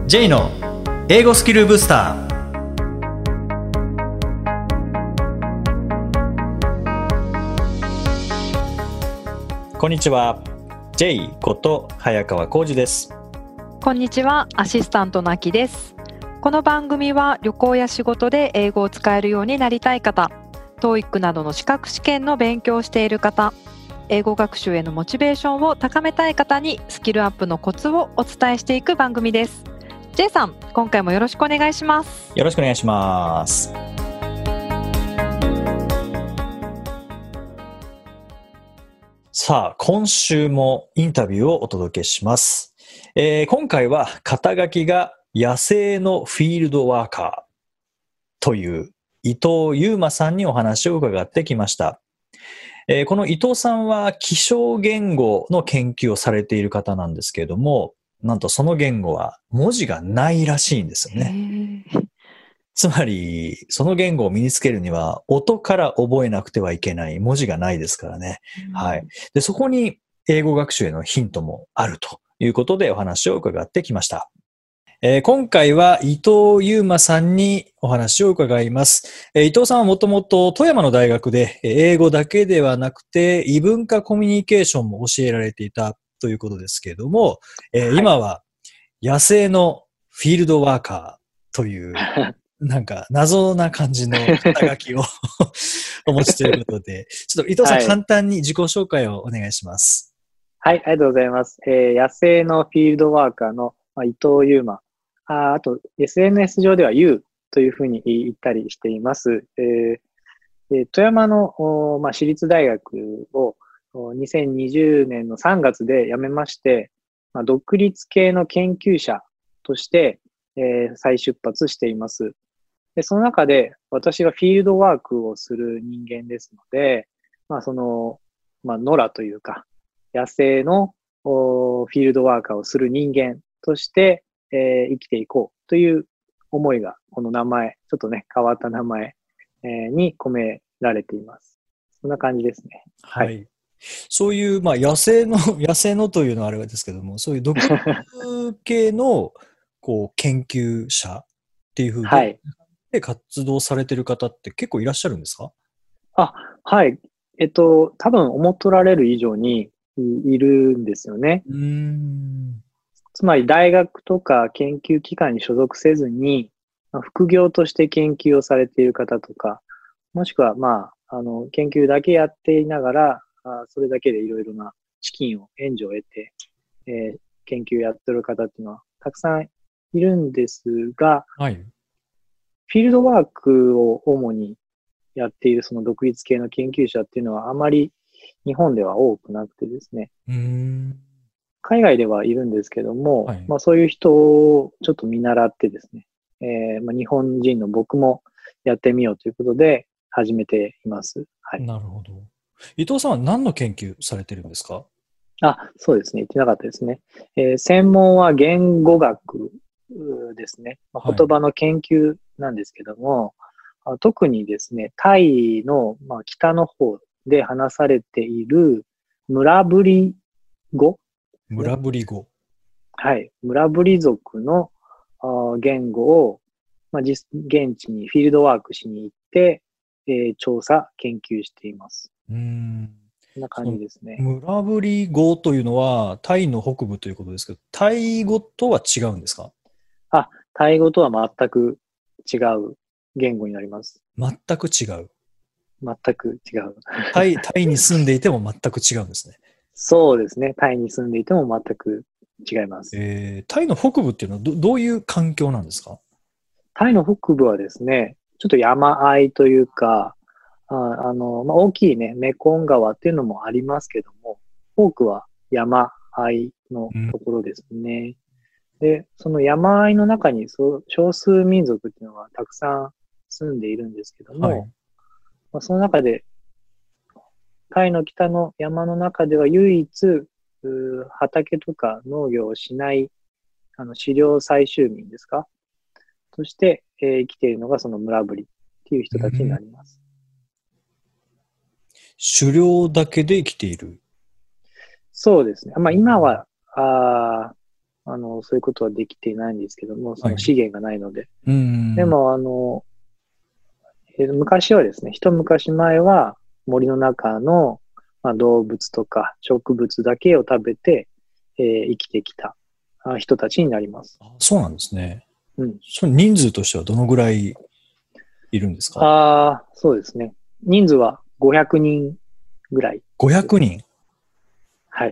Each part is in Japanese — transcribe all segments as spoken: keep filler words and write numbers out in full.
ジェイ の英語スキルブスター。こんにちは、ジェイ こと早川浩二です。 こんにちは、アシスタントのあきです。この番組は旅行や仕事で英語を使えるようになりたい方、トーイック などの資格試験の勉強をしている方、英語学習へのモチベーションを高めたい方にスキルアップのコツをお伝えしていく番組です。J さん、今回もよろしくお願いします。 よろしくお願いします。さあ、今週もインタビューをお届けします。えー、今回は肩書きが野生のフィールドワーカーという伊藤優馬さんにお話を伺ってきました。えー、この伊藤さんは気象言語の研究をされている方なんですけれども、なんとその言語は文字がないらしいんですよね。つまり、その言語を身につけるには音から覚えなくてはいけない、文字がないですからね。はい。で、そこに英語学習へのヒントもあるということでお話を伺ってきました。えー、今回は伊藤優馬さんにお話を伺います。えー、伊藤さんはもともと富山の大学で英語だけではなくて異文化コミュニケーションも教えられていたということですけれども、えーはい、今は野生のフィールドワーカーというなんか謎な感じの肩書きをお持ちということで、ちょっと伊藤さん、はい、簡単に自己紹介をお願いします。 はい、ありがとうございます。えー、野生のフィールドワーカーの、まあ、伊藤優馬。あ, あと、エスエヌエス 上では You というふうに言ったりしています。えー、富山の、まあ、私立大学をにせんにじゅうねんのさんがつで辞めまして、まあ、独立系の研究者として、えー、再出発しています。で、その中で私がフィールドワークをする人間ですので、まあその、まあ野良というか、野生のフィールドワーカーをする人間として、えー、生きていこうという思いが、この名前、ちょっとね、変わった名前、えー、に込められています。そんな感じですね。 はい。はい、そういう、まあ野生の、野生のというのはあれですけども、そういう独立系のこう研究者っていうふうに、はい、で活動されている方って結構いらっしゃるんですか？ あ、はい。えっと、多分思っとられる以上にいるんですよね。 うーん、 つまり大学とか研究機関に所属せずに、副業として研究をされている方とか、もしくは、まあ、あの、研究だけやっていながら、あそれだけでいろいろな資金を、援助を得て、えー、研究やってる方っていうのはたくさんいるんですが、 はい、 フィールドワークを主にやっているその独立系の研究者っていうのはあまり日本では多くなくてですね。 うーん、 海外ではいるんですけども、 はい、 まあそういう人をちょっと見習ってですね、えーまあ、日本人の僕もやってみようということで始めています。はい。 なるほど。伊藤さんは何の研究されてるんですか？ あ、そうですね。言ってなかったですね。えー、専門は言語学ですね。まあ、言葉の研究なんですけども、はい、特にですね、タイの、まあ、北の方で話されている村ぶり語、 ね、村ぶり語。 はい。村ぶり族の言語を、まあ、実現地にフィールドワークしに行って、えー、調査、研究しています。 うーん、 こんな感じですね。 村ぶり語というのはタイの北部ということですけど、タイ語とは違うんですか？ あ、タイ語とは全く違う言語になります。 全く違う。 全く違う。 タイ、タイに住んでいても全く違うんですね。 そうですね。タイに住んでいても全く違います。 えー、タイの北部っていうのは ど, どういう環境なんですか？ タイの北部はですね、ちょっと山あいというか、あ, あの、まあ、大きいね、メコン川っていうのもありますけども、多くは山あいのところですね。うん、で、その山あいの中にそう少数民族っていうのがたくさん住んでいるんですけども、はい、まあ、その中で、タイの北の山の中では唯一、畑とか農業をしない、あの、狩猟採集民ですかとして、えー、生きているのがその村ぶりっていう人たちになります。 うん、狩猟だけで生きている？ そうですね。まあ今は、ああの、そういうことはできていないんですけども、その資源がないので。 うん。 でも、あの、えー昔はですね、一昔前は森の中の、まあ、動物とか植物だけを食べて、えー生きてきたあ人たちになります。 あ、そうなんですね。 うん。 その人数としてはどのぐらいいるんですか？ ああ、そうですね。人数はごひゃくにんぐらい。 ごひゃくにん。 はい。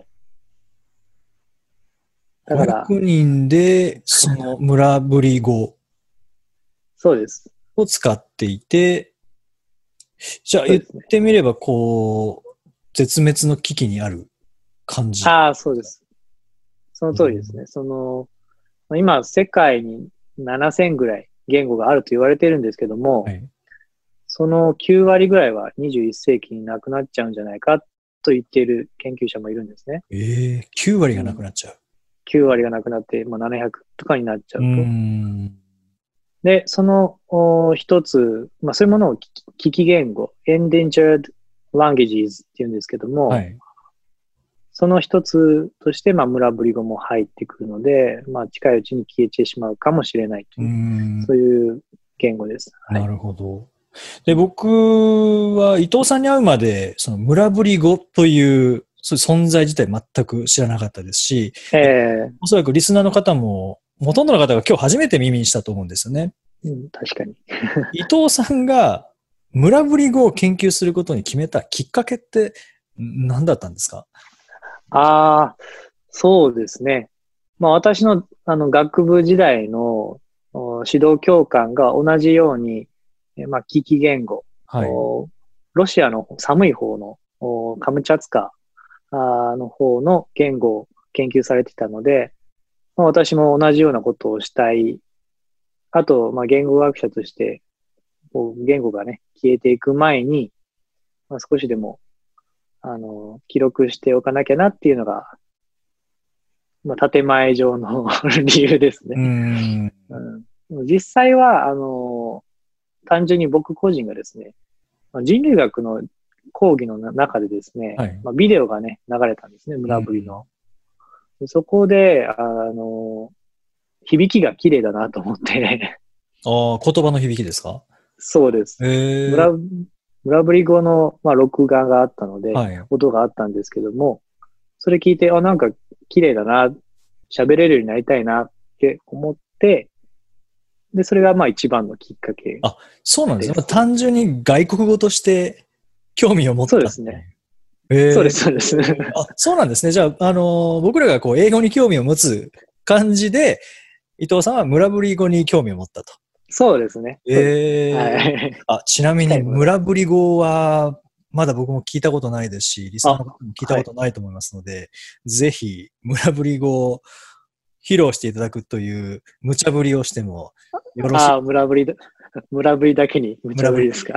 だから、 ごひゃくにんで、その村ぶり語そうです。 を使っていて、じゃあ言っそうですね。 てみれば、こう、絶滅の危機にある感じ。 ああ、そうです。その通りですね。その、今、世界にななせんぐらい言語があると言われてるんですけども、 はい。 そのきゅう割ぐらいはにじゅういっ世紀になくなっちゃうんじゃないかと言っている研究者もいるんですね。 ええ、きゅう割がうん、 なくなっちゃう。 きゅう割がなくなって、まあ、ななひゃくとかになっちゃうーうと。 ん。 で、そのお一つ、まあ、そういうものを危機言語、endangered languages っていうんですけども、 はい。 その一つとして、まあ、村ぶり語も入ってくるので、まあ、近いうちに消えてしまうかもしれないとうーいう、 ん。 そういう言語です。はい。 なるほど。で、僕は伊藤さんに会うまで、その村ぶり語という、そういう存在自体全く知らなかったですし、 えおそらくリスナーの方も、ほとんどの方が今日初めて耳にしたと思うんですよね。 ーうん、確かに。 伊藤さんが村ぶり語を研究することに決めたきっかけって何だったんですか？ ああ、そうですね。まあ、私の、あの、学部時代のお指導教官が同じように、えまあ、危機言語、 はい。 おロシアの寒い方のおカムチャツカあーの方の言語を研究されてたので、まあ、私も同じようなことをしたい。あと、まあ、言語学者として、こう言語がね、消えていく前に、まあ、少しでも、あの、記録しておかなきゃなっていうのが、まあ、建前上の理由ですね。 うーん。 うん、実際は、あの、単純に僕個人がですね、まあ人類学の講義の中でですね、 はい。 まあ、ビデオがね、流れたんですね、 うん。 村ぶりの。そこで、あの、響きが綺麗だなと思ってああ、言葉の響きですか？ そうです。 ええ、 村、村ぶり語の、まあ、録画があったので、 はい。 音があったんですけども、それ聞いて、あ、なんか綺麗だな、喋れるようになりたいなって思って、で、それがまあ一番のきっかけあ、そうなんですね。まあです。 単純に外国語として興味を持っそうたっていう。 ですね。そうえです、そうです。 え、あ、そうなんですね。じゃあ、あのー僕らがこう、英語に興味を持つ感じで、伊藤さんは村ぶり語に興味を持ったと。 そうですね。そうですね。はええ、 い。 あ、ちなみに近いものが。 村ぶり語は、まだ僕も聞いたことないですし、リスナーあ、 の方も聞いたはい。 ことないと思いますので、ぜひ、村ぶり語を披露していただくという無茶ぶりをしてもよろしい？ ああ、村ぶりだ、村ぶりだけに無茶村ぶり。 ぶりですか。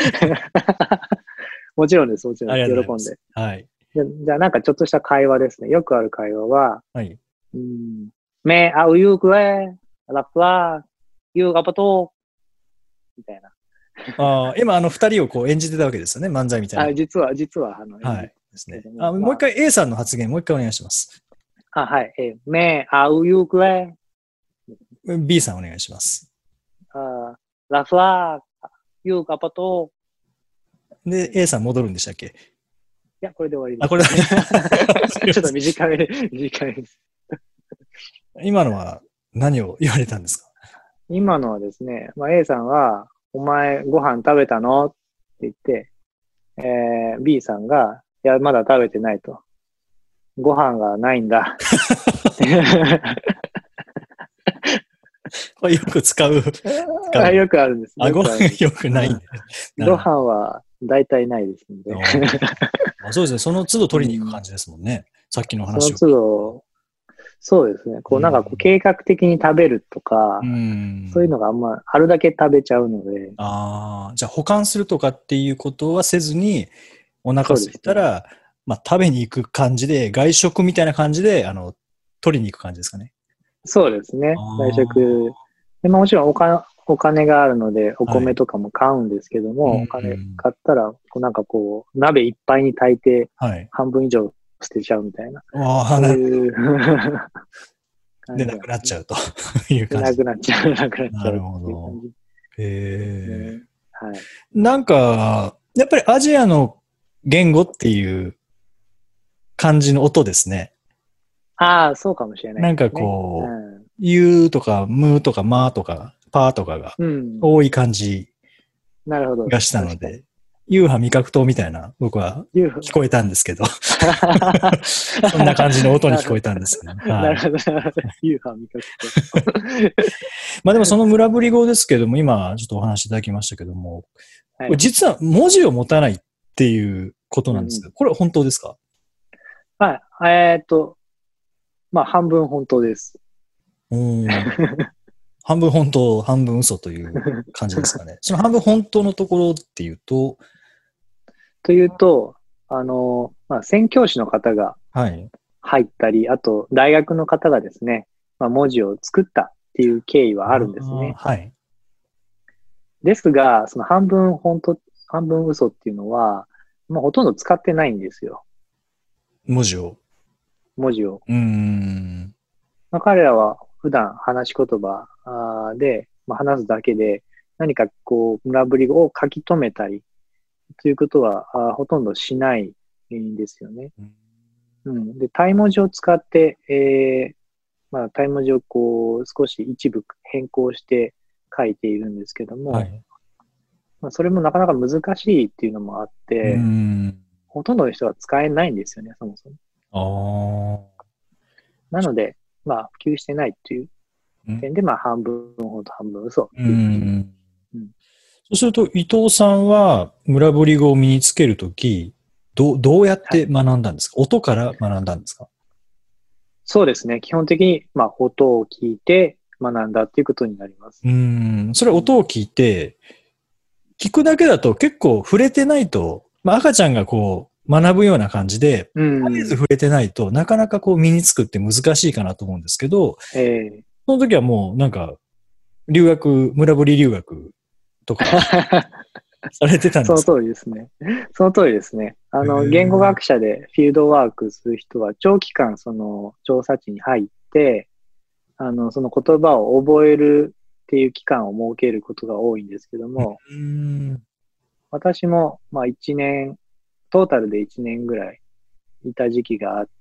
もちろんです、もちろんです。 ありがとうござい喜んで。 ます。はい。 じゃ、じゃあなんかちょっとした会話ですね。よくある会話は、 はい。 うん、めあうゆうくえ、ラップは、ゆうがぱと、みたいな。 あー今、あの、二人をこう演じてたわけですよね。漫才みたいな。 あ、実は、実は、あの、演じてはい。ですね。あ、 けども、まもう一回 A さんの発言、もう一回お願いします。 あ、あ、はい、えー、めあうゆうくえ、 B さんお願いします。 あラフは、ゆうがぱと、 で、A さん戻るんでしたっけ？ いや、これで終わりであ、これだ。 す。 すいまちょっとせん。 短めで、短めです。 今のは何を言われたんですか？ 今のはですね、まあ、A さんは、お前ご飯食べたのって言って、えー、B さんが、いや、まだ食べてないと。ご飯がないんだ。 これよく使う。使あ、 う。 よくあるんです。 あ、 よごくあるんです。 飯よくないんで。なるごほど。 飯は大体ないですので。 あ、そうですね。その都度取りに行くうん、 感じですもんね。さっきのその都話を聞いて。 度、そうですね。こう、なんかこう、 うん。 計画的に食べるとか、 うん。 そういうのがあんま、あるだけ食べちゃうので、 ああ、じゃあ保管するとかっていうことはせずに、お腹空いそうですね。 たら、まあ食べに行く感じで、外食みたいな感じで、あの、取りに行く感じですかね。 そうですね。外食。 あで、まあもちろんお金、お金があるので、おあ、はい。 米とかも買うんですけどうも、お金ん。 買ったら、こうなんかこう、鍋いっぱいに炊いて、 はい。 半分以上捨てちゃうみたいな。 ああ、 そうなるほど。 いうで、なくなっちゃうという感じ。 なくなっちゃう、なくなっちゃう。 なるほど。へえ。 はい。 なんか、やっぱりアジアの言語っていう感じの音ですね。 ああ、そうかもしれないなんかですね。 こう、ゆうとかむとかまとかパとかがうん。うん。 多い感じなるほど。 がしたの確かに。 で、ユーハ味覚糖みたいな僕はユーフ聞こえたんですけど、そんな感じの音に聞こえたんですけどね。はい。 なるほど、なるほど。ユーファ味覚と。 まあでもその村ぶり語ですけども、今ちょっとお話しいただきましたけども、 はいこれ実は文字を持たないっていうことなんですけど、これは本当ですか？ はい。えーっと、まあ、半分本当です。 うーん。半分本当、半分嘘という感じですかね。その半分本当のところっていうと、 というと、あの、まあ、宣教師の方がはい。 入ったり、あと、大学の方がですね、まあ、文字を作ったっていう経緯はあるんですね。 あーはい。 ですが、その半分本当、半分嘘っていうのは、まあ、ほとんど使ってないんですよ。 文字を。 文字を。 うーん。 まあ、彼らは普段話し言葉あーで、まあ、話すだけで、何かこう、村ぶりを書き留めたり、ということはあーほとんどしないんですよね。うん。で、タイ文字を使って、えー、まあ、タイ文字をこう、少し一部変更して書いているんですけども、 はい。 まあ、それもなかなか難しいっていうのもあっうーて、 ん。 ほとんどの人は使えないんですよね、そもそも。 ああ。 なので、まあ、普及してないっていううん点で、まあ、半分ほど半分嘘っうていう感じ。 ん。 うんそうすると、伊藤さんは村ぶり語を身につけるとき、どう、どうやって学んだんですか？音から学んだんですか？ そうですね。基本的に、まあ、音を聞いて学んだっていうことになります。 うーん。それは音を聞いて、聞くだけだと結構触れてないと、まあ、赤ちゃんがこう学ぶような感じで、 う絶えずん。 触れてないとなかなかこう身につくって難しいかなと思うんですけど、 ええその時はもうなんか留学、村ぶり留学とかされてたんそのですか？ 通りですね。その通りですね。あへの、 ー言語学者でフィールドワークする人は長期間その調査地に入って、あの、その言葉を覚えるっていう期間を設けることが多いんですけども、 うーん。 私もまあ一年、トータルで一年ぐらいいた時期があって、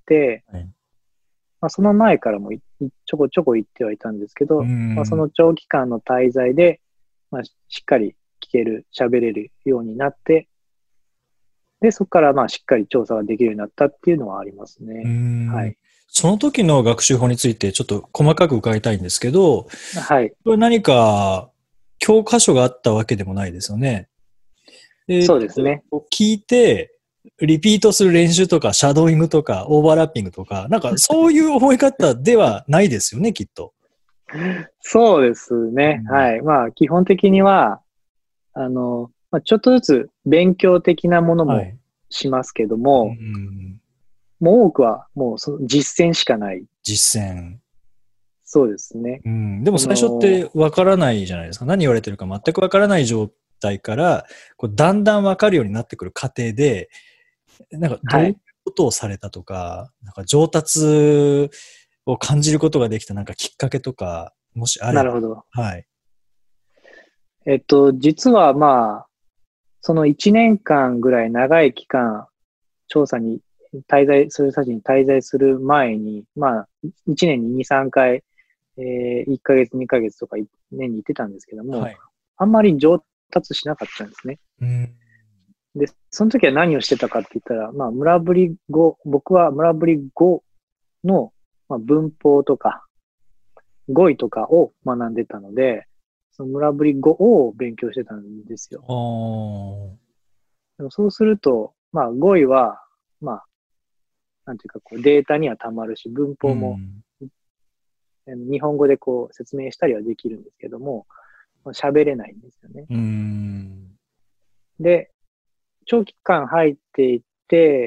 はい、 まあその前からもいちょこちょこ行ってはいたんですけうど、まあそーん。 の長期間の滞在で、まあしっかり聞ける、喋れるようになって、で、そこからまあしっかり調査ができるようになったっていうのはありますうーね。はん。 い。 その時の学習法についてちょっと細かく伺いたいんですけど、 はい。 これ何か教科書があったわけでもないですよね。えーそうですね。 聞いて、リピートする練習とか、シャドーイングとか、オーバーラッピングとか、なんかそういう覚え方ではないですよね、きっと。 そうですね。 うんはい。まあ基本的には、あの、まあ、ちょっとずつ勉強的なものもはい。 しますけどうも、 ん、 もう多くはもうその実践しかない。 実践。 そうですね。 うん、でもそ最初っての、 わからないじゃないですか。何言われてるか全くわからない状態から、こうだんだんわかるようになってくる過程で、なんかどういうはい。 ことをされたとか、なんか上達を感じることができたなんかきっかけとか、もしあれば。 なるほど。 はい。 えっと、実はまあ、そのいちねんかんぐらい長い期間、調査に滞在、それたちに滞在する前に、まあ、いちねんにに、さんかい、えー、いっかげつ、にかげつとか年に行ってたんですけども、 はい。 あんまり上達しなかったんですね。 うんで、その時は何をしてたかって言ったら、まあ、村ぶり語、僕は村ぶり語の、まあ、文法とか、語彙とかを学んでたので、その村ぶり語を勉強してたんですよ。 あーでもそうすると、まあ、語彙は、まあ、なんていうか、こうデータにはたまるし、文法も、 うん日本語でこう説明したりはできるんですけども、喋れないんですよね。 うんで、長期間入っていって、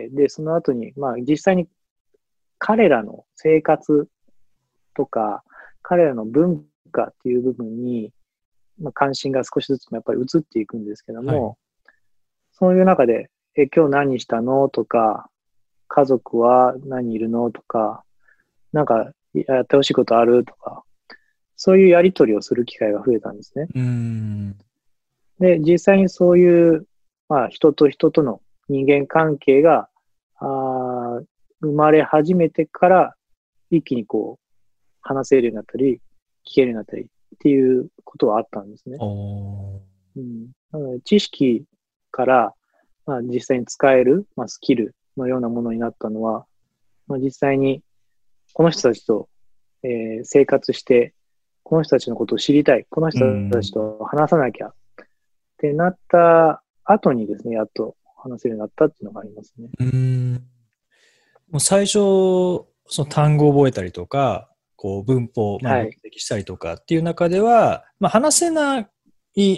で、その後に、まあ実際に彼らの生活とか、彼らの文化っていう部分に、まあ、関心が少しずつもやっぱり移っていくんですけども、 はいそういう中で、え、今日何したのとか、家族は何いるのとか、なんかやってほしいことあるとか、そういうやり取りをする機会が増えたんですね。 うん。 で、実際にそういう、まあ、人と人との人間関係が、あ生まれ始めてから、一気にこう、話せるようになったり、聞けるようになったりっていうことはあったんですね。うん、なので知識から、まあ、実際に使える、まあ、スキルのようなものになったのは、まあ、実際にこの人たちと、えー、生活して、この人たちのことを知りたい、この人たちと話さなきゃってなった後にですね、やっと話せるようになったっていうのがありますね。 うん。もう最初、その単語を覚えたりとか、こう文法、まあ、分析したりとかっていう中では、はい、まあ、話せない、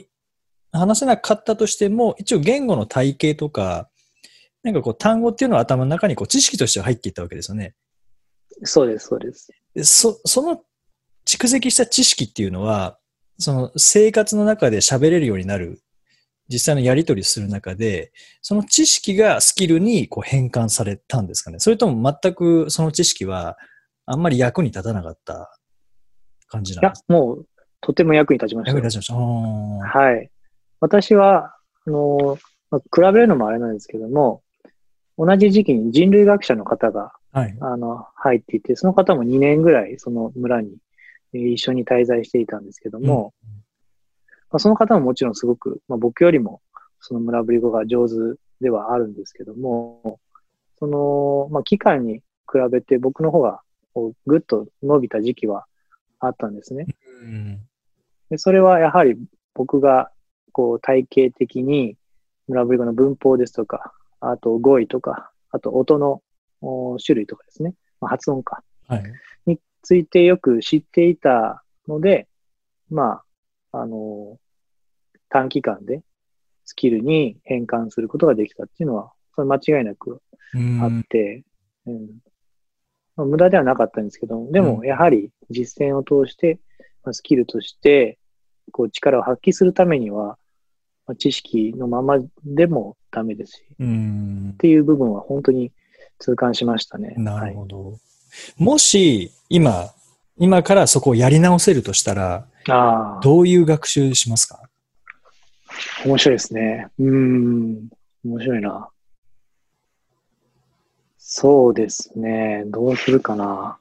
話せなかったとしても、一応言語の体系とか、なんかこう単語っていうのは頭の中にこう知識として入っていったわけですよね。 そうです、そうです。 で、そ、その蓄積した知識っていうのは、その生活の中で喋れるようになる、実際のやり取りする中で、その知識がスキルにこう変換されたんですかね。それとも全くその知識はあんまり役に立たなかった感じなんですか？ いや、もうとても役に立ちました。 役に立ちました。 はい。私は、あの、まあ、比べるのもあれなんですけども、同じ時期に人類学者の方が、はい、あの入っていて、その方もにねんぐらいその村に、えー、一緒に滞在していたんですけども、うんまあ、その方ももちろんすごく、まあ、僕よりもその村ぶり語が上手ではあるんですけども、その、まあ、期間に比べて僕の方がこうぐっと伸びた時期はあったんですね。うん、でそれはやはり僕がこう体系的に村ぶり語の文法ですとか、あと語彙とか、あと音の種類とかですね、まあ、発音か、はい、についてよく知っていたので、まあ、あの、短期間でスキルに変換することができたっていうのは、それ間違いなくあって、うんうんまあ、無駄ではなかったんですけど、でもやはり実践を通して、まあ、スキルとしてこう力を発揮するためには、まあ、知識のままでもダメですし、うんっていう部分は本当に痛感しましたね。 なるほど。はい、もし今、今からそこをやり直せるとしたら、あどういう学習しますか？ 面白いですね。うーん、面白いな。そうですね。どうするかな。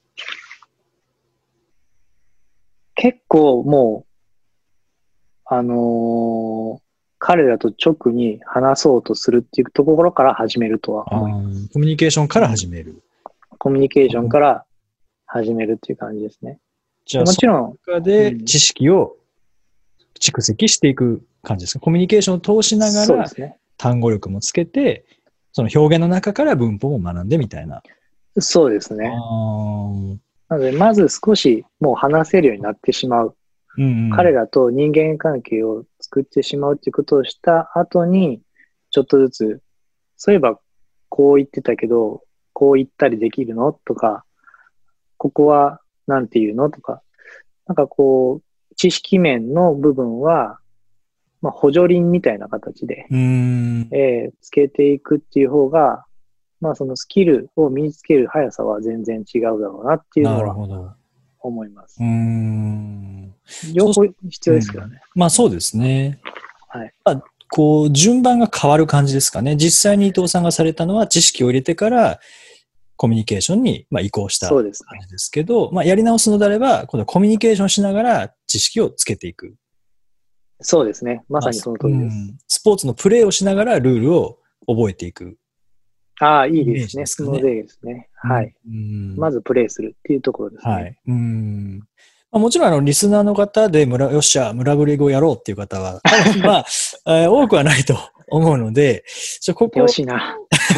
結構もう、あのー、彼らと直に話そうとするっていうところから始めるとは思います。 コミュニケーションから始める。 コミュニケーションから始めるっていう感じですね。 じゃあ、もちろん、その中で知識を蓄積していく感じですか？コミュニケーションを通しながら、単語力もつけて、その表現の中から文法も学んでみたいな。 そうですね。なので、まず少しもう話せるようになってしまう。うんうん、彼らと人間関係を作ってしまうっていうことをした後に、ちょっとずつ、そういえばこう言ってたけど、こう言ったりできるのとか、ここはなんて言うのとか、なんかこう、知識面の部分は、まあ、補助輪みたいな形で、うんえー、つけていくっていう方が、まあそのスキルを身につける速さは全然違うだろうなっていうのは思います。 うーん両方必要ですけどね。 うん、まあそうですね。 はい。 まあ、こう順番が変わる感じですかね。実際に伊藤さんがされたのは知識を入れてからコミュニケーションにまあ移行した感じですけど、ね、まあやり直すのであれば、今度はコミュニケーションしながら知識をつけていく。 そうですね。まさにその通りです。 まあうん、スポーツのプレーをしながらルールを覚えていく。 ああ、いいですね。その例ですね。はい、うん。まずプレイするっていうところですね。はい。 うんまあ、もちろん、あの、リスナーの方で、村、よっしゃ、村ぶり語やろうっていう方は、まあ、えー、多くはないと思うので、ちょ、ここ。 よしな。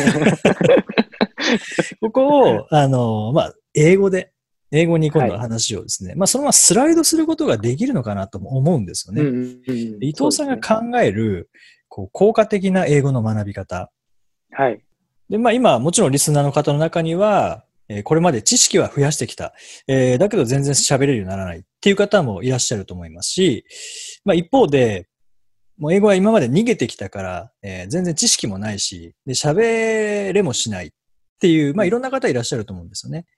ここを、あの、まあ、英語で、英語に今度は話をですね、はい、まあ、そのままスライドすることができるのかなと思うんですよね。うんうんうん、伊藤さんが考える、こう、効果的な英語の学び方。 はい。 で、まあ今、もちろんリスナーの方の中には、えー、これまで知識は増やしてきた。えー、だけど全然喋れるようにならないっていう方もいらっしゃると思いますし、まあ一方で、もう英語は今まで逃げてきたから、えー、全然知識もないし、で、喋れもしないっていう、まあいろんな方いらっしゃると思うんですよね。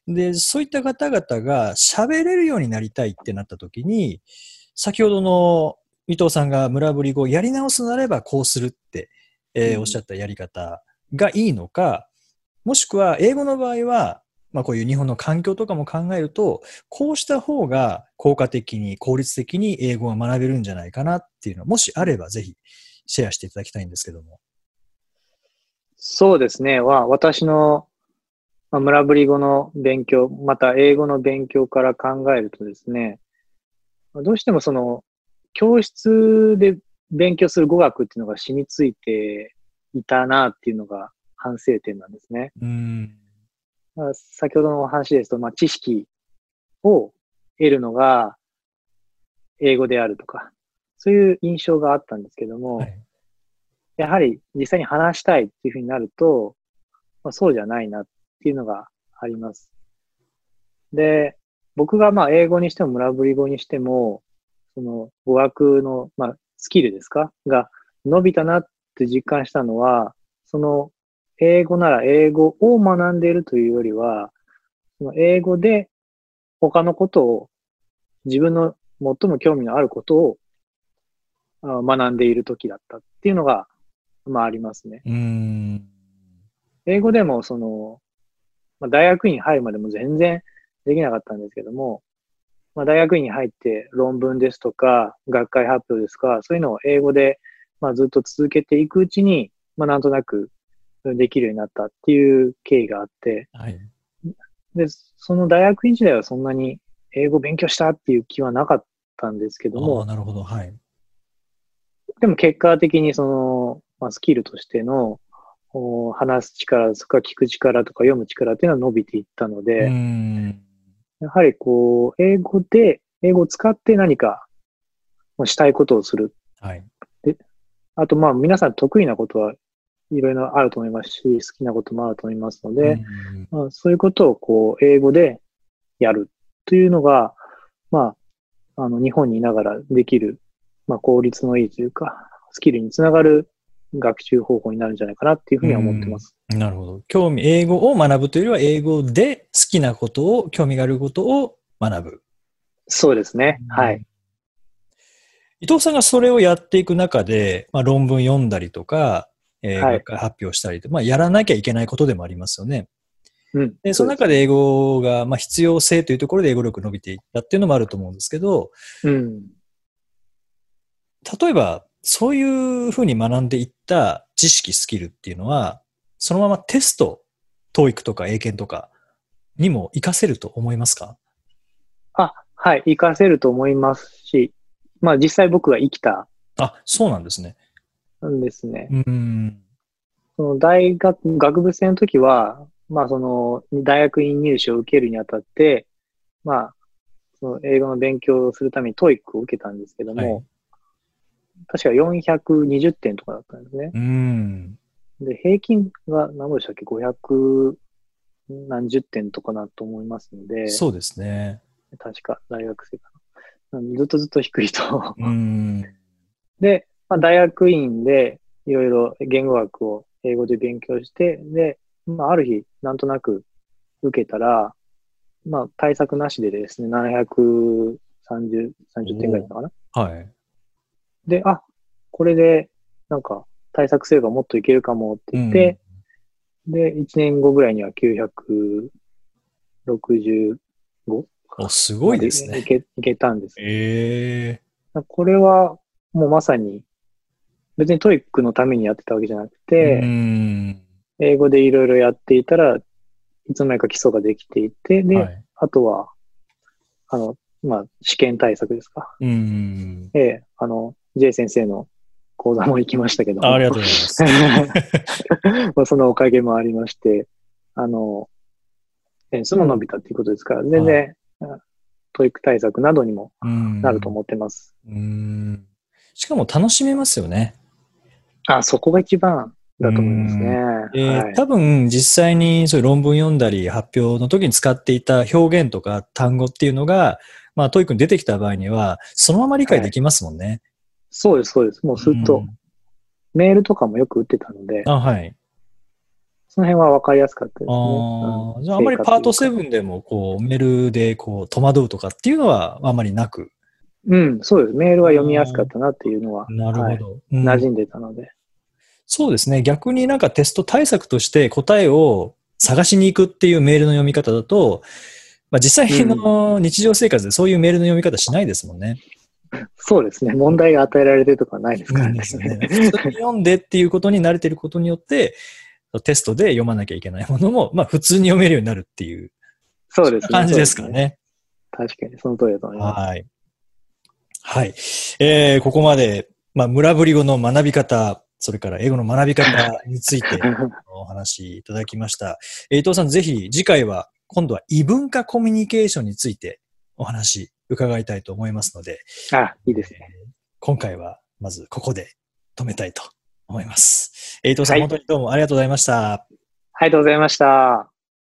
で、そういった方々が喋れるようになりたいってなった時に、先ほどの伊藤さんが村ぶり語をやり直すなればこうするって、えーうんおっしゃったやり方がいいのか、もしくは英語の場合は、まあこういう日本の環境とかも考えると、こうした方が効果的に、効率的に英語が学べるんじゃないかなっていうのは、もしあればぜひシェアしていただきたいんですけども。 そうですね。は、私のまあ村ぶり語の勉強、また英語の勉強から考えるとですね、どうしてもその、教室で勉強する語学っていうのが染みついていたなっていうのが反省点なんですね。 うーん。 まあ先ほどのお話ですと、まあ、知識を得るのが英語であるとか、そういう印象があったんですけども、 はい。 やはり実際に話したいっていうふうになると、まあ、そうじゃないなっていうのがあります。で、僕がまあ英語にしても村ぶり語にしても、その語学のまあスキルですかが伸びたなって実感したのは、その英語なら英語を学んでいるというよりは、その英語で他のことを、自分の最も興味のあることをあ学んでいる時だったっていうのが、まあありますね。 うーん。 英語でもその、まあ、大学院に入るまでも全然できなかったんですけども、まあ、大学院に入って論文ですとか、学会発表ですとか、そういうのを英語で、まあ、ずっと続けていくうちに、まあ、なんとなくできるようになったっていう経緯があって、 はい。 で、その大学院時代はそんなに英語勉強したっていう気はなかったんですけどああ、 も、 なるほど。はい。 でも結果的にその、まあ、スキルとしての、お話す力とか聞く力とか読む力っていうのは伸びていったのうーで、 ん。 やはりこう、英語で、英語を使って何かしたいことをする。 はい。 あとまあ皆さん得意なことはいろいろあると思いますし、好きなこともあると思いますので、 うんまあ、そういうことをこう、英語でやるというのが、まあ、あの、日本にいながらできる、まあ、効率のいいというか、スキルにつながる学習方法になるんじゃないかなっていうふうには思ってます。 なるほど。興味、英語を学ぶというよりは、英語で好きなことを、興味があることを学ぶ。 そうですね。はい。 伊藤さんがそれをやっていく中で、まあ、論文読んだりとか、えーはい学会発表したりとか、まあ、やらなきゃいけないことでもありますよね。 うん。 で、その中で英語が、まあ、必要性というところで英語力伸びていったっていうのもあると思うんですけど、 うん。 例えば、そういうふうに学んでいった知識、スキルっていうのは、そのままテスト、トーイックとか英検とかにも活かせると思いますか？ あ、はい。活かせると思いますし、まあ実際僕が生きたあ、そうなんですね。 んですね。 うーん。 その大学、学部生の時は、まあその大学院入試を受けるにあたって、まあ、その英語の勉強をするためにトーイックを受けたんですけども、 はい。 確かよんひゃくにじゅってんとかだったんですね。 うーん。 で、平均が何ぼでしたっけ ?ごひゃく 何十点とかなと思いますので、 そうですね。 確か大学生かな。うんずっとずっと低いと。 うーん。 で、まあ、大学院でいろいろ言語学を英語で勉強して、で、まあ、ある日、なんとなく受けたら、まあ、対策なしでですね、ななひゃくさんじゅう、さんじゅってんぐらいだったかな。 はい。 で、あ、これで、なんか、対策すればもっといけるかもって言って、で、いちねんごぐらいにはきゅうひゃくろくじゅうごお、すごいですね。 いけ、いけたんです。 ええこれは、もうまさに、別にトイックのためにやってたわけじゃなくー。うて、 ーん。 英語でいろいろやっていたら、いつの間にか基礎ができていて、で、 はい。 あとは、あの、まあ、試験対策ですか。 うーん。 ええ、あの、J 先生の講座も行きましたけども。 あ、ありがとうございます。 まあそのおかげもありまして、あの、点数も伸びたっていうことですから、全然、トイック対策などにもなると思ってます。 うーん。しかも楽しめますよね。 あ、そこが一番だと思いますね。 えーはい、 多分実際にそういう論文読んだり発表の時に使っていた表現とか単語っていうのが、まあ、トイックに出てきた場合には、そのまま理解できますもんね。はい、 そうです、そうです。もうすっと、メールとかもよく打ってたので、 あ、はい。 その辺は分かりやすかったですね。 あじゃああんまりパートセブンでもこうメールでこう戸惑うとかっていうのはあんまりなく。 うん、そうです。メールは読みやすかったなっていうのは、 なるほど、はいうん、馴染んでたので。 そうですね。逆になんかテスト対策として答えを探しに行くっていうメールの読み方だと、まあ、実際の日常生活でそういうメールの読み方しないですもんね。 うん、そうですね。問題が与えられてるとかないですからね。 うん、ね普通に読んでっていうことに慣れてることによって、テストで読まなきゃいけないものも、まあ普通に読めるようになるっていう。 そうですね。 感じですからね。 ね確かに、その通りだと思います。 はい。はい。えー、ここまで、まあ村ぶり語の学び方、それから英語の学び方についてお話しいただきました。伊藤さん、ぜひ次回は今度は異文化コミュニケーションについてお話伺いたいと思いますので。 あ、いいですね。 今回はまずここで止めたいと思います。伊藤さん、はい、本当にどうもありがとうございました。 ありがとうございました。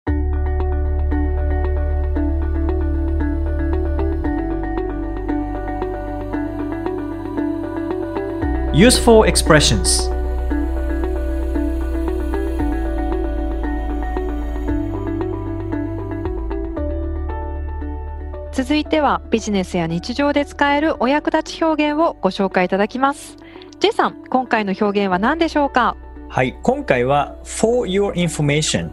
Useful expressions。 続いてはビジネスや日常で使えるお役立ち表現をご紹介いただきます。J さん、今回の表現は何でしょうか？ はい、今回は for your information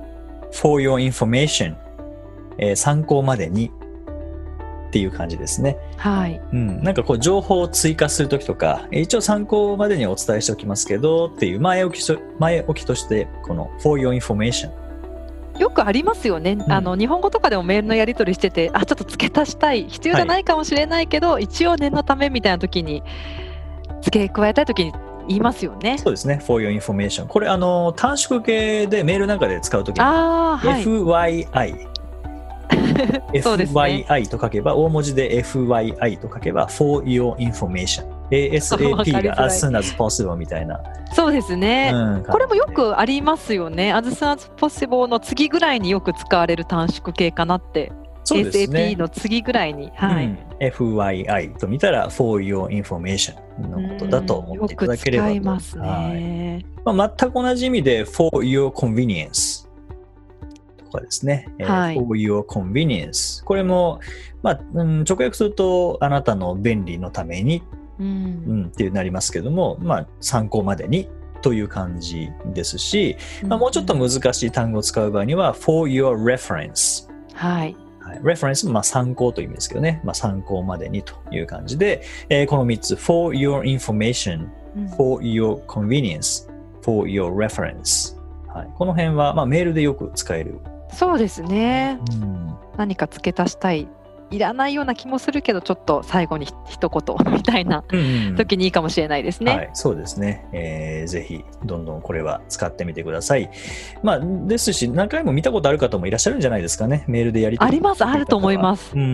for your information、えー、参考までにっていう感じですね。 はい。 うん、なんかこう情報を追加するときとか、一応参考までにお伝えしておきますけどっていう前置きと、前置きとしてこの for your information。 よくありますよね、うん、あの日本語とかでもメールのやり取りしてて、あちょっと付け足したい、必要じゃないかもしれないけど、はい、一応念のためみたいな時に付け加えたい時に言いますよね。 そうですね。for your information。これあの短縮形でメールなんかで使うときに、 あ、はい、 エフワイアイ エフワイアイ と書けば、大文字で エフワイアイ と書けば for your information。エーエスエーピー が as soon as possible みたいな。 そうですね、うん、これもよくありますよね。as soon as possible の次ぐらいによく使われる短縮形かなって。そうですね、エーエスエーピー の次ぐらいに、はい、うん、 エフワイアイ と見たら for your information のことだと思っていただければと。 よく使いますね。 はい、まあ、全く同じ意味で for your convenienceとかですね、はい、for your convenience。これも、まあうん、直訳するとあなたの便利のために、うんうん、っていうなりますけども、まあ、参考までにという感じですし、まあ、もうちょっと難しい単語を使う場合には for your reference。 はい。 reference、まあ、参考という意味ですけどね、まあ、参考までにという感じで、えー、このみっつ for your information、うん、for your convenience、for your reference、はい、この辺は、まあ、メールでよく使える。 そうですね、うん、何か付け足したい、いらないような気もするけどちょっと最後に一言みたいな時にいいかもしれないですね、うんうん、 はい、そうですね、えー、ぜひどんどんこれは使ってみてください。まあ、ですし何回も見たことある方もいらっしゃるんじゃないですかね。メールでやり取りあります、あると思います、うんうん、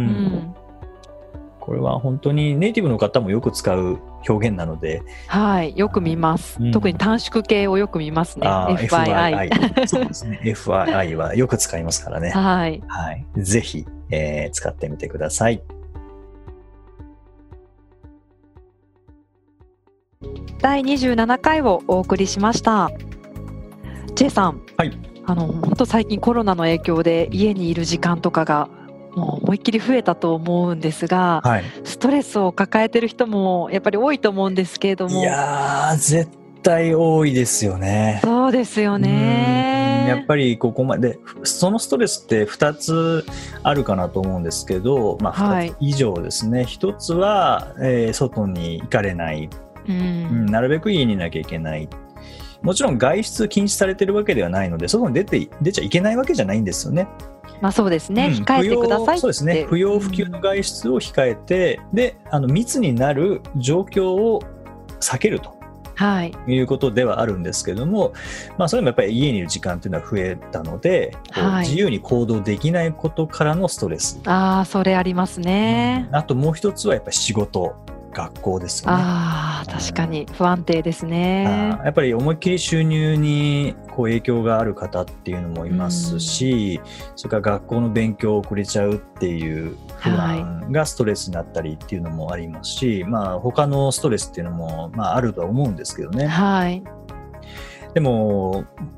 これは本当にネイティブの方もよく使う表現なので、 はい、よく見ます、うん、特に短縮形をよく見ますね。 エフワイアイそうですねエフワイアイ はよく使いますからね、 はいはい、ぜひ、えー、使ってみてください。 だいにじゅうななかいをお送りしました。 J さん、 はい、 あの本当最近コロナの影響で家にいる時間とかがもう思いっきり増えたと思うんですが、はい、ストレスを抱えてる人もやっぱり多いと思うんですけれども。 いやー絶対多いですよね。 そうですよね。 やっぱりここまでそのストレスってふたつあるかなと思うんですけど、まあ、ふたつ以上ですね、はい、ひとつは、えー、外に行かれない、うんうん、なるべく家にいなきゃいけない。もちろん外出禁止されてるわけではないので外に出て出ちゃいけないわけじゃないんですよね。 まあそうですね、うん、控えてくださいって。 そうですね、不要不急の外出を控えて、うん、であの密になる状況を避けると、はい、いうことではあるんですけども、まあ、それもやっぱり家にいる時間っていうのは増えたので、はい、自由に行動できないことからのストレス。 ああ、それありますね、 うん、あともう一つはやっぱり仕事、学校ですよね。 ああ、確かに不安定ですね。 あ、やっぱり思いっきり収入にこう影響がある方っていうのもいますし、うん、それから学校の勉強遅れちゃうっていう不安がストレスになったりっていうのもありますし、はい、まあ他のストレスっていうのもまああるとは思うんですけどね。 はい。 でも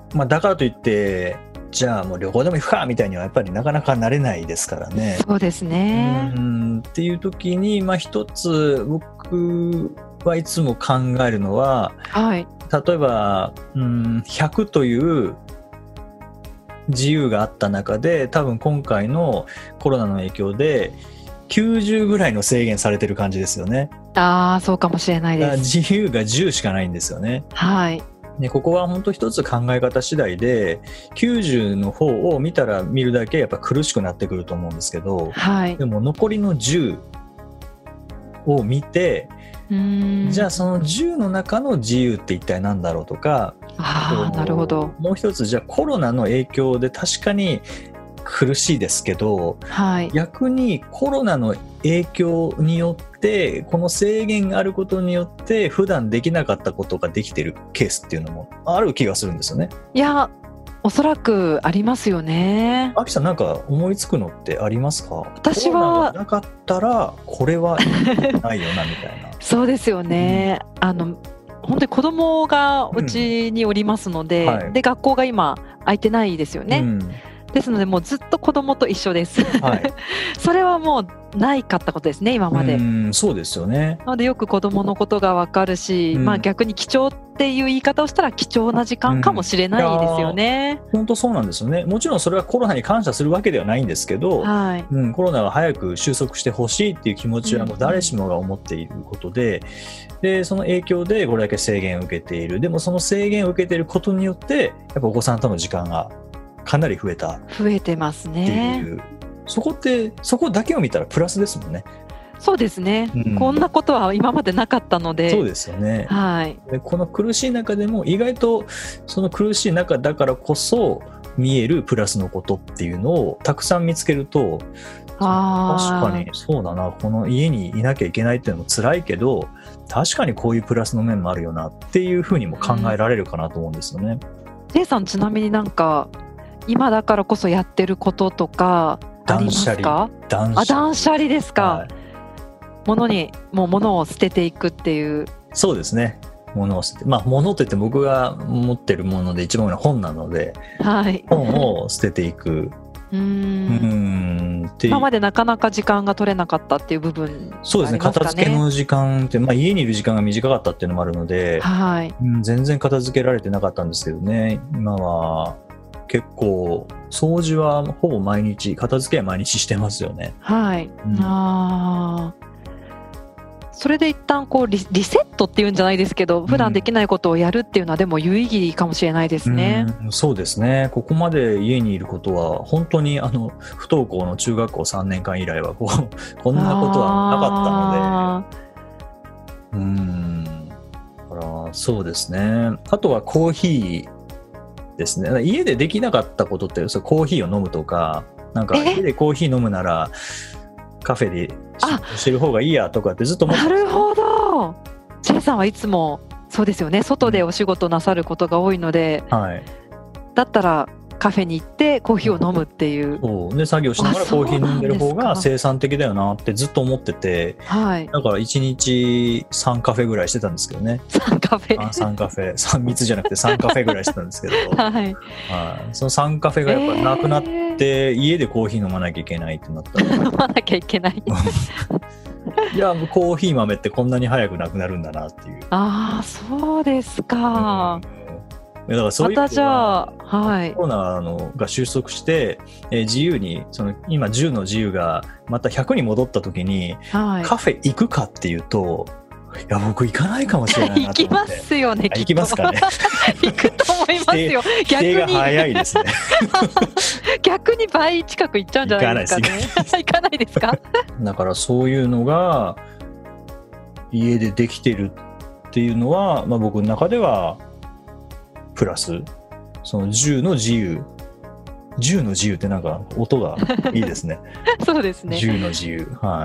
まあ、だからといってじゃあもう旅行でも行くかみたいにはやっぱりなかなかなれないですからね。 そうですね。 うんっていう時に、まあ、一つ僕はいつも考えるのは、 はい。 例えばうんひゃくという自由があった中で多分今回のコロナの影響できゅうじゅうぐらいの制限されてる感じですよね。 ああ、そうかもしれないです。 自由がじゅうしかないんですよね。 はい。 でここは本当一つ考え方次第できゅうじゅうの方を見たら見るだけやっぱ苦しくなってくると思うんですけど、 はい。 でも残りのじゅうを見て、 うーんじゃあそのじゅうの中の自由って一体何だろうとか、 ああ、なるほど。 もう一つじゃあコロナの影響で確かに苦しいですけど、 はい。 逆にコロナの影響によってこの制限があることによって普段できなかったことができてるケースっていうのもある気がするんですよね。 いや、おそらくありますよね。 アキさんなんか思いつくのってありますか？ 私はコロナがなかったらこれはないよなみたいな。 そうですよね。うん、あの本当に子供がうちにおりますので、うんはい、で学校が今空いてないですよね。うんですのでもうずっと子供と一緒です、はい、それはもうないかったことですね今まで。 うんそうですよね。 なのでよく子供のことが分かるし、うんまあ、逆に貴重っていう言い方をしたら貴重な時間かもしれないですよね。 本当、うん、そうなんですよね。もちろんそれはコロナに感謝するわけではないんですけど、はいうん、コロナが早く収束してほしいっていう気持ちはもう誰しもが思っていることで、うん、でその影響でこれだけ制限を受けている。でもその制限を受けていることによってやっぱお子さんとの時間がかなり増えた増えてますね。 っていうそこってそこだけを見たらプラスですもんね。 そうですね、うん、こんなことは今までなかったので。 そうですよね、 はい、 でこの苦しい中でも意外とその苦しい中だからこそ見えるプラスのことっていうのをたくさん見つけるとあ確かにそうだなこの家にいなきゃいけないっていうのも辛いけど確かにこういうプラスの面もあるよなっていうふうにも考えられるかなと思うんですよね。 J、うん、さんちなみになんか今だからこそやってることとかありますか？ 断捨離。 あ、断捨離ですか。はい、物にもう物を捨てていくっていう。 そうですね。物を捨てて、まあ物といって僕が持ってるもので一番多いのは本なので、はい、本を捨てていく。 うーんうんって今までなかなか時間が取れなかったっていう部分がありますかね。 そうですね。片付けの時間って、まあ、家にいる時間が短かったっていうのもあるので、はいうん、全然片付けられてなかったんですけどね今は結構掃除はほぼ毎日片付けは毎日してますよね。 はい、うん、あそれで一旦こう リ, リセットっていうんじゃないですけど普段できないことをやるっていうのはでも有意義かもしれないですね。 うんうん、そうですね。ここまで家にいることは本当にあの不登校の中学校さんねんかん以来はこうこんなことはなかったのでうんだからそうですね。あとはコーヒーですね。家でできなかったことってそコーヒーを飲むとかなんか家でコーヒー飲むならカフェでしてる方がいいやとかってずっと思ってなるほど。Jさんはいつもそうですよね外でお仕事なさることが多いので、うんはい、だったらカフェに行ってコーヒーを飲むっていう、 そうで作業しながらコーヒー飲んでる方が生産的だよなってずっと思ってて、はい、だからいちにちさんカフェぐらいしてたんですけどね。 さんカフェさんカフェさん密じゃなくてさんカフェぐらいしてたんですけど、はいはい、そのさんカフェがやっぱなくなって、えー、家でコーヒー飲まなきゃいけないってなったら飲まなきゃいけないいやコーヒー豆ってこんなに早くなくなるんだなっていう。 ああそうですか、うんだからそういうまたじゃあ、はい、 コロナのが収束して、えー、自由にその今じゅうの自由がまたひゃくに戻った時に、はい、カフェ行くかっていうといや僕行かないかもしれないなと思って。 行きますよね。 行きますかね行くと思いますよ。 逆に否定が早いですね逆に倍近く行っちゃうんじゃないですかね。行かないですかだからそういうのが家でできてるっていうのは、まあ、僕の中ではプラスそのじゅうの自由じゅうの自由ってなんか音がいいですねそうですね。 じゅうの自由、はい、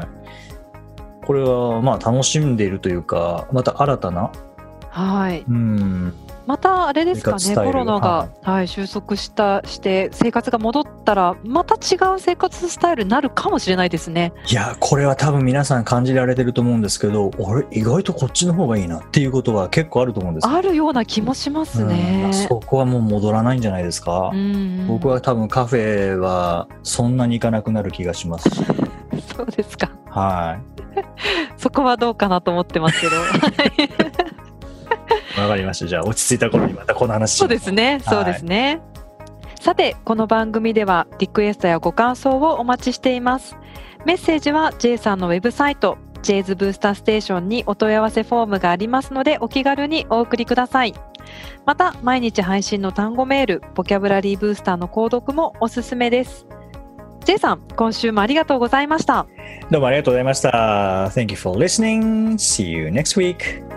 これはまあ楽しんでいるというかまた新たな、 はい、 うんまたあれですかね、 生活スタイルコロナが、 ははい、収束したして生活が戻ったらまた違う生活スタイルになるかもしれないですね。 いや、これは多分皆さん感じられてると思うんですけど、俺意外とこっちの方がいいなっていうことは結構あると思うんですよ。 あるような気もしますね。 うん、そこはもう戻らないんじゃないですか。 うん、 僕は多分カフェはそんなに行かなくなる気がしますし。 そうですか。 はそこはどうかなと思ってますけど。 い。わかりました。じゃあ落ち着いた頃にまたこの話しそうまですね、そうですね。さて、この番組ではリクエストやご感想をお待ちしています。メッセージは J さんのウェブサイト ジェイズ ブースターステーションにお問い合わせフォームがありますので、お気軽にお送りください。また毎日配信の単語メール、ボキャブラリーブースターの購読もおすすめです。 J さん、今週もありがとうございました。 どうもありがとうございました。Thank you for listening. See you next week.